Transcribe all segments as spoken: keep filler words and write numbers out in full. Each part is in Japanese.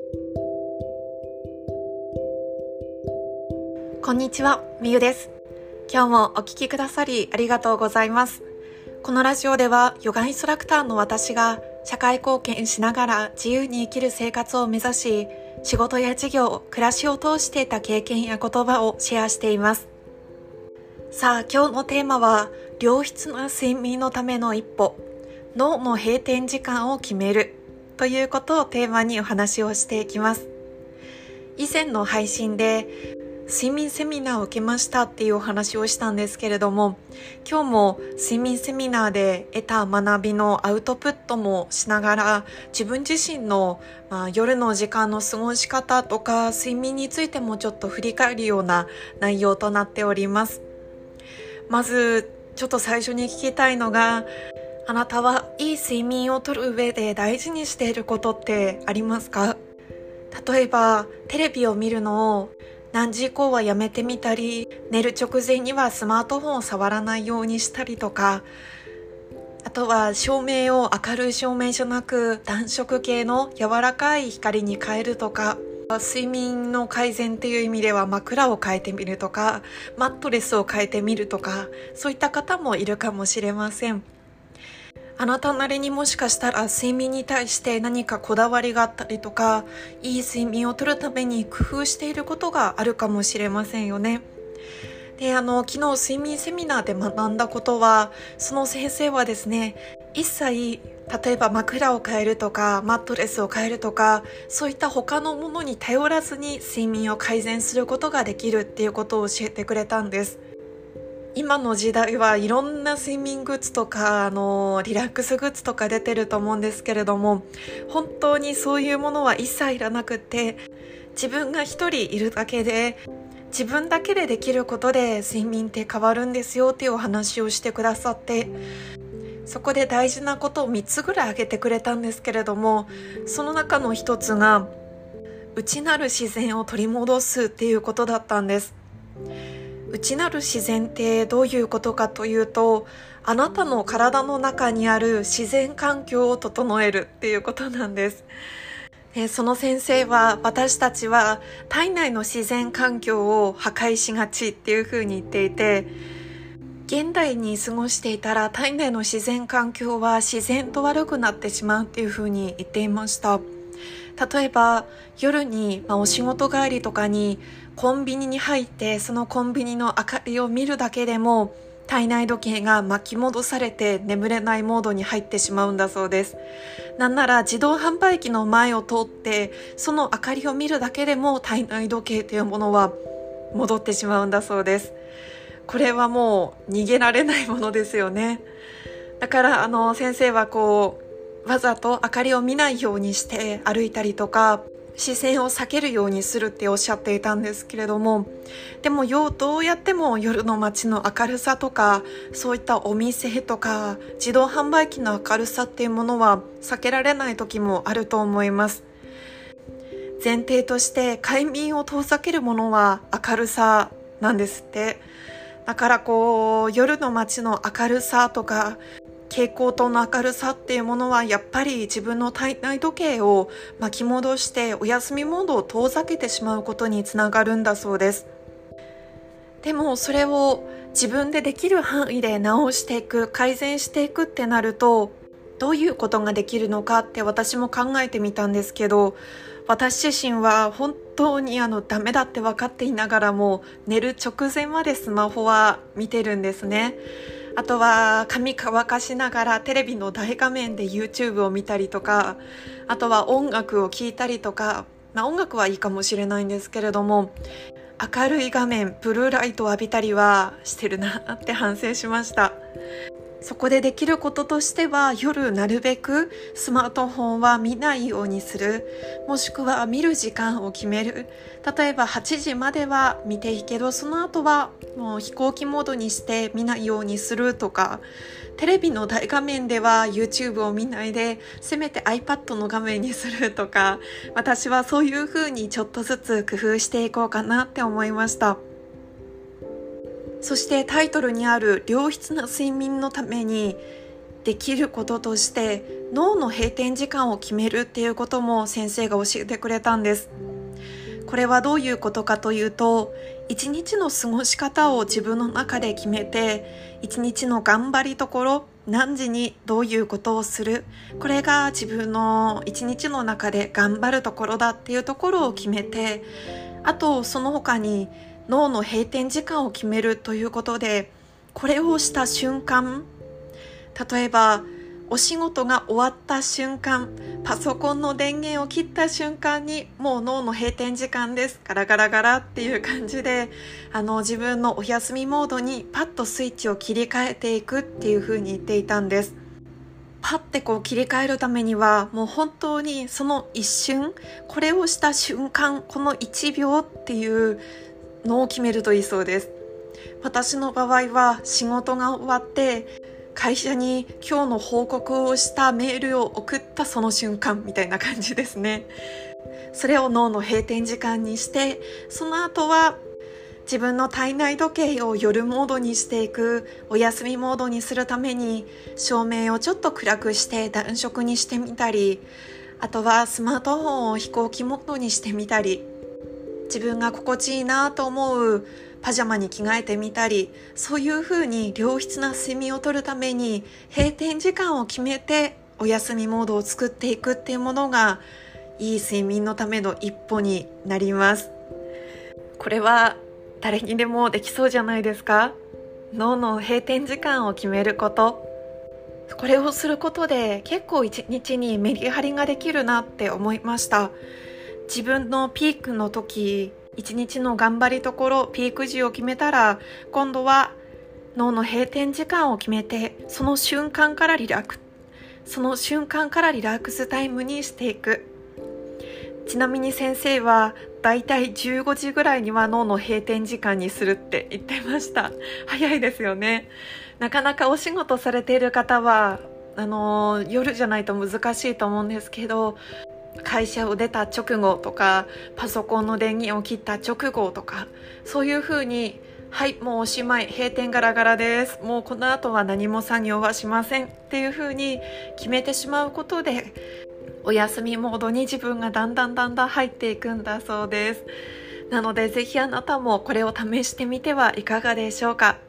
こんにちは、みゆです。今日もお聞きくださりありがとうございます。このラジオではヨガインストラクターの私が社会貢献しながら自由に生きる生活を目指し、仕事や事業、暮らしを通して得た経験や言葉をシェアしています。さあ、今日のテーマは良質な睡眠のための一歩、脳の閉店時間を決めるということをテーマにお話をしていきます。以前の配信で睡眠セミナーを受けましたっていうお話をしたんですけれども、今日も睡眠セミナーで得た学びのアウトプットもしながら、自分自身の、まあ、夜の時間の過ごし方とか睡眠についてもちょっと振り返るような内容となっております。まずちょっと最初に聞きたいのが、あなたはいい睡眠をとる上で大事にしていることってありますか？例えばテレビを見るのを何時以降はやめてみたり、寝る直前にはスマートフォンを触らないようにしたりとか、あとは照明を明るい照明じゃなく暖色系の柔らかい光に変えるとか、睡眠の改善っていう意味では枕を変えてみるとか、マットレスを変えてみるとか、そういった方もいるかもしれません。あなたなりにもしかしたら睡眠に対して何かこだわりがあったりとか、いい睡眠をとるために工夫していることがあるかもしれませんよね。で、あの昨日睡眠セミナーで学んだことは、その先生はですね、一切例えば枕を変えるとかマットレスを変えるとか、そういった他のものに頼らずに睡眠を改善することができるっていうことを教えてくれたんです。今の時代はいろんな睡眠グッズとかあのリラックスグッズとか出てると思うんですけれども、本当にそういうものは一切いらなくって、自分が一人いるだけで、自分だけでできることで睡眠って変わるんですよっていうお話をしてくださって、そこで大事なことをみっつぐらい挙げてくれたんですけれども、その中の一つが内なる自然を取り戻すっていうことだったんです。内なる自然ってどういうことかというと、あなたの体の中にある自然環境を整えるっていうことなんです。その先生は、私たちは体内の自然環境を破壊しがちっていうふうに言っていて、現代に過ごしていたら体内の自然環境は自然と悪くなってしまうっていうふうに言っていました。例えば夜に、まあ、お仕事帰りとかにコンビニに入って、そのコンビニの明かりを見るだけでも体内時計が巻き戻されて眠れないモードに入ってしまうんだそうです。なんなら自動販売機の前を通ってその明かりを見るだけでも体内時計というものは戻ってしまうんだそうです。これはもう逃げられないものですよね。だからあの先生はこうわざと明かりを見ないようにして歩いたりとか、視線を避けるようにするっておっしゃっていたんですけれども、でもよどうやっても夜の街の明るさとか、そういったお店とか自動販売機の明るさっていうものは避けられない時もあると思います。前提として快眠を遠ざけるものは明るさなんですって。だからこう夜の街の明るさとか蛍光灯の明るさっていうものは、やっぱり自分の体内時計を巻き戻してお休みモードを遠ざけてしまうことにつながるんだそうです。でもそれを自分でできる範囲で直していく、改善していくってなると、どういうことができるのかって私も考えてみたんですけど、私自身は本当にあのダメだって分かっていながらも、寝る直前までスマホは見てるんですね。あとは髪乾かしながらテレビの大画面で YouTube を見たりとか、あとは音楽を聴いたりとか、まあ、音楽はいいかもしれないんですけれども、明るい画面、ブルーライトを浴びたりはしてるなって反省しました。そこでできることとしては、夜なるべくスマートフォンは見ないようにする、もしくは見る時間を決める。例えばはちじまでは見ていいけど、その後はもう飛行機モードにして見ないようにするとか、テレビの大画面では YouTube を見ないで、せめて iPad の画面にするとか、私はそういう風にちょっとずつ工夫していこうかなって思いました。そしてタイトルにある良質な睡眠のためにできることとして脳の閉店時間を決めるっていうことも先生が教えてくれたんです。これはどういうことかというと、一日の過ごし方を自分の中で決めて、一日の頑張りところ、何時にどういうことをする、これが自分の一日の中で頑張るところだっていうところを決めて、あとその他に脳の閉店時間を決めるということで、これをした瞬間、例えばお仕事が終わった瞬間、パソコンの電源を切った瞬間にもう脳の閉店時間です、ガラガラガラっていう感じで、あの自分のお休みモードにパッとスイッチを切り替えていくっていう風に言っていたんです。パッてこう切り替えるためにはもう本当にその一瞬、これをした瞬間、このいちびょうっていうのを決めるといいそうです。私の場合は仕事が終わって会社に今日の報告をしたメールを送ったその瞬間みたいな感じですね。それを脳の閉店時間にして、その後は自分の体内時計を夜モードにしていく、お休みモードにするために照明をちょっと暗くして暖色にしてみたり、あとはスマートフォンを飛行機モードにしてみたり、自分が心地いいなと思うパジャマに着替えてみたり、そういう風に良質な睡眠をとるために閉店時間を決めてお休みモードを作っていくっていうものがいい睡眠のための一歩になります。これは誰にでもできそうじゃないですか？脳の閉店時間を決めること、これをすることで結構一日にメリハリができるなって思いました。自分のピークの時、一日の頑張りところ、ピーク時を決めたら、今度は脳の閉店時間を決めて、その瞬間からリラックス、その瞬間からリラックスタイムにしていく。ちなみに先生はだいたいじゅうごじぐらいには脳の閉店時間にするって言ってました。早いですよね。なかなかお仕事されている方はあの夜じゃないと難しいと思うんですけど、会社を出た直後とか、パソコンの電源を切った直後とか、そういう風に、はい、もうおしまい、閉店ガラガラです、もうこの後は何も作業はしませんっていう風に決めてしまうことで、お休みモードに自分がだんだんだんだん入っていくんだそうです。なのでぜひあなたもこれを試してみてはいかがでしょうか。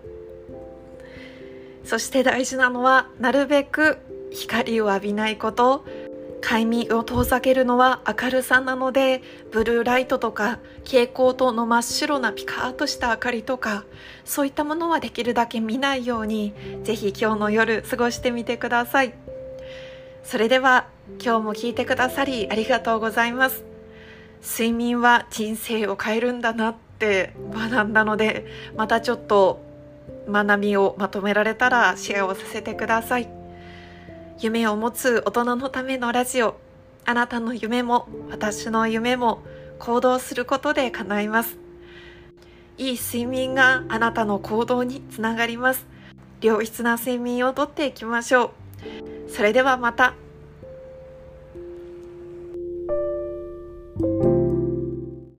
そして大事なのは、なるべく光を浴びないこと。快眠を遠ざけるのは明るさなので、ブルーライトとか蛍光灯の真っ白なピカーッとした明かりとか、そういったものはできるだけ見ないように、ぜひ今日の夜過ごしてみてください。それでは今日も聞いてくださりありがとうございます。睡眠は人生を変えるんだなって学んだので、またちょっと学びをまとめられたらシェアをさせてください。夢を持つ大人のためのラジオ。あなたの夢も私の夢も行動することで叶います。いい睡眠があなたの行動につながります。良質な睡眠をとっていきましょう。それではまた。